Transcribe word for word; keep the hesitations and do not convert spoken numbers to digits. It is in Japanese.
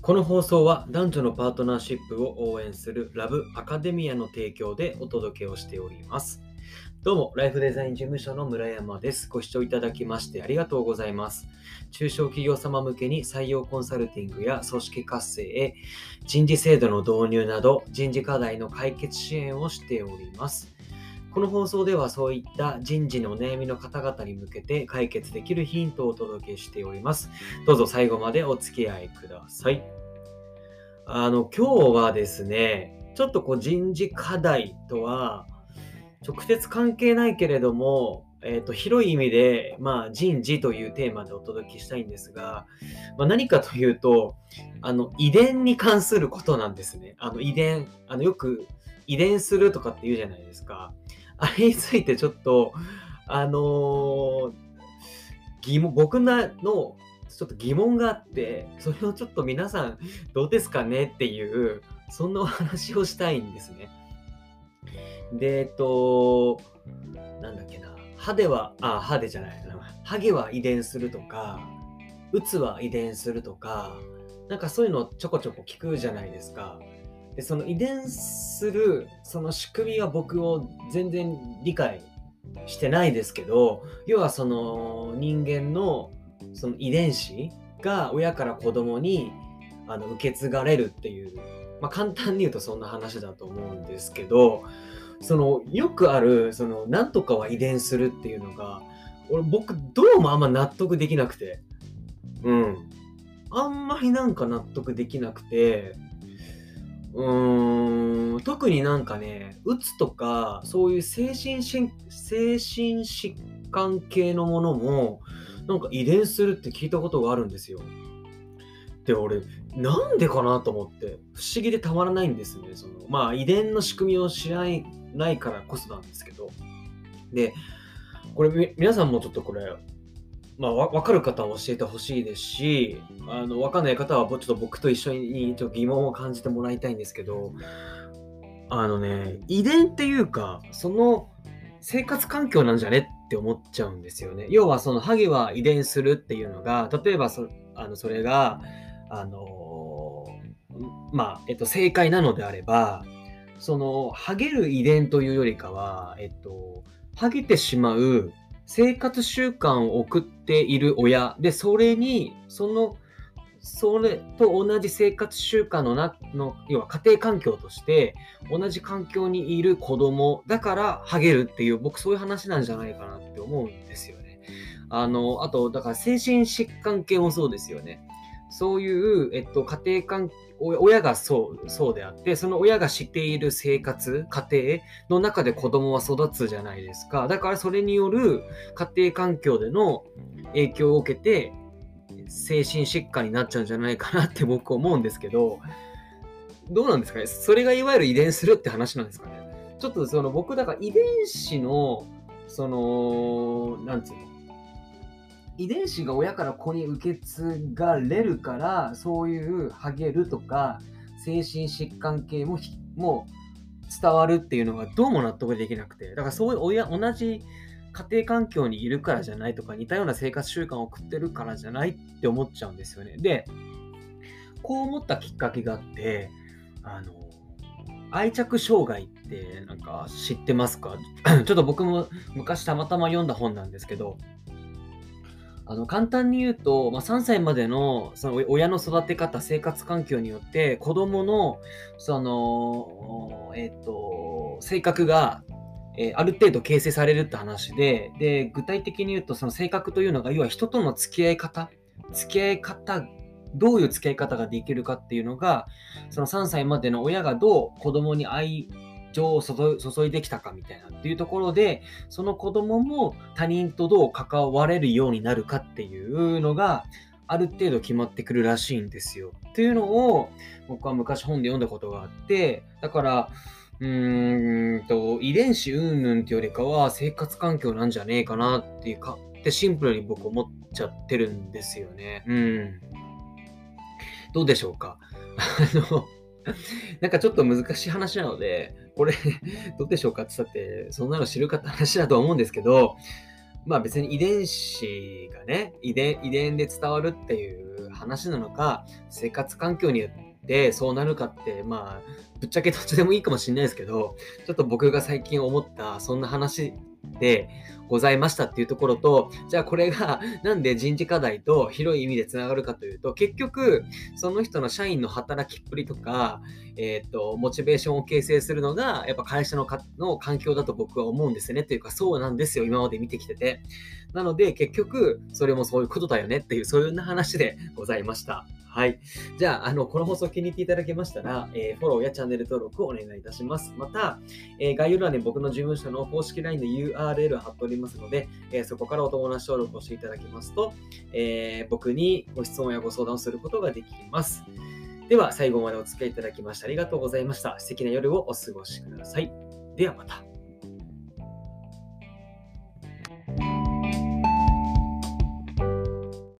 この放送は男女のパートナーシップを応援するラブアカデミアの提供でお届けをしております。どうも、ライフデザイン事務所の村山です。ご視聴いただきましてありがとうございます。中小企業様向けに採用コンサルティングや組織活性へ、人事制度の導入など人事課題の解決支援をしております。この放送ではそういった人事のお悩みの方々に向けて解決できるヒントをお届けしております。どうぞ最後までお付き合いください。あの、今日はですね、ちょっとこう人事課題とは直接関係ないけれども、えっと、広い意味で、まあ、人事というテーマでお届けしたいんですが、まあ、何かというと、あの、遺伝に関することなんですね。あの、遺伝、あの、よく遺伝するとかって言うじゃないですか。あれについてちょっと、あのー疑問、僕なのちょっと疑問があって、それをちょっと皆さんどうですかねっていう、そんなお話をしたいんですね。で、えっと、なんだっけな、歯では、あ、歯でじゃないな、ハゲは遺伝するとか、うつは遺伝するとか、なんかそういうのちょこちょこ聞くじゃないですか。で、その遺伝する、その仕組みは僕を全然理解してないですけど、要はその人間のその遺伝子が親から子供にあの受け継がれるっていう、まあ簡単に言うとそんな話だと思うんですけど、そのよくあるそのなんとかは遺伝するっていうのが、俺僕どうもあんま納得できなくて、うん、あんまりなんか納得できなくて、うーん、特になんかね、うつとか、そういう精神し精神疾患系のものも、なんか遺伝するって聞いたことがあるんですよ。で、俺、なんでかなと思って、不思議でたまらないんですね。その、まあ、遺伝の仕組みを知らないないからこそなんですけど。で、これ、み皆さんもちょっとこれ、まあ、わ分かる方は教えてほしいですし、あの、分かんない方は、ぼちょっと僕と一緒にちょっと疑問を感じてもらいたいんですけど、あのね、遺伝っていうか、その生活環境なんじゃねって思っちゃうんですよね。要はそのハゲは遺伝するっていうのが、例えばそあのそれが、あのーまあ、えっと、正解なのであれば、そのハゲる遺伝というよりかは、えっと、ハゲてしまう生活習慣を送っている親で、それに、そのそれと同じ生活習慣のなの、要は家庭環境として、同じ環境にいる子供だからハゲるっていう、僕そういう話なんじゃないかなって思うんですよね。あの、あと、だから精神疾患系もそうですよね。そういう、えっと、家庭環お親がそう、そうであって、その親がしている生活、家庭の中で子供は育つじゃないですか。だからそれによる家庭環境での影響を受けて、精神疾患になっちゃうんじゃないかなって僕思うんですけど、どうなんですかね。それがいわゆる遺伝するって話なんですかね。ちょっとその僕だから遺伝子のそのなんつうの、遺伝子が親から子に受け継がれるから、そういうハゲるとか精神疾患系ももう伝わるっていうのがどうも納得できなくて、だからそういう親同じ家庭環境にいるからじゃないとか、似たような生活習慣を送ってるからじゃないって思っちゃうんですよね。で、こう思ったきっかけがあって、あの、愛着障害ってなんか知ってますか？ちょっと僕も昔たまたま読んだ本なんですけど、あの簡単に言うと、まあ、さんさいまでのその親の育て方、生活環境によって子供のその、えっと、性格がえーある程度形成されるって話で、で、具体的に言うと、その性格というのが、要は人との付き合い方、付き合い方、どういう付き合い方ができるかっていうのが、そのさんさいまでの親がどう子供に愛情を注注いできたかみたいなっていうところで、その子供も他人とどう関われるようになるかっていうのが、ある程度決まってくるらしいんですよ。っていうのを、僕は昔本で読んだことがあって、だから、うーんと、遺伝子云々ってよりかは生活環境なんじゃねえかなっていうか、ってシンプルに僕思っちゃってるんですよね。うん。どうでしょうか？あの、なんかちょっと難しい話なので、これどうでしょうかって言ったって、そんなの知るかって話だと思うんですけど、まあ別に遺伝子がね、遺伝遺伝で伝わるっていう話話なのか、生活環境によってそうなるかって、まあ、ぶっちゃけどっちでもいいかもしれないですけど、ちょっと僕が最近思ったそんな話でございましたっていうところと、じゃあこれがなんで人事課題と広い意味でつながるかというと、結局その人の社員の働きっぷりとか、えっと、モチベーションを形成するのがやっぱ会社のかの環境だと僕は思うんですよね。というかそうなんですよ、今まで見てきてて。なので結局それもそういうことだよねっていう、そういう話でございました。はい。じゃあ、あの、この放送気に入っていただけましたら、えーフォローやチャンネル登録をお願いいたします。また、えー概要欄に僕の事務所の公式 ライン の ユーアールエル を貼っておりますので、えーそこからお友達登録をしていただけますと、えー僕にご質問やご相談をすることができます。では、最後までお付き合いいただきましてありがとうございました。素敵な夜をお過ごしください。ではまた。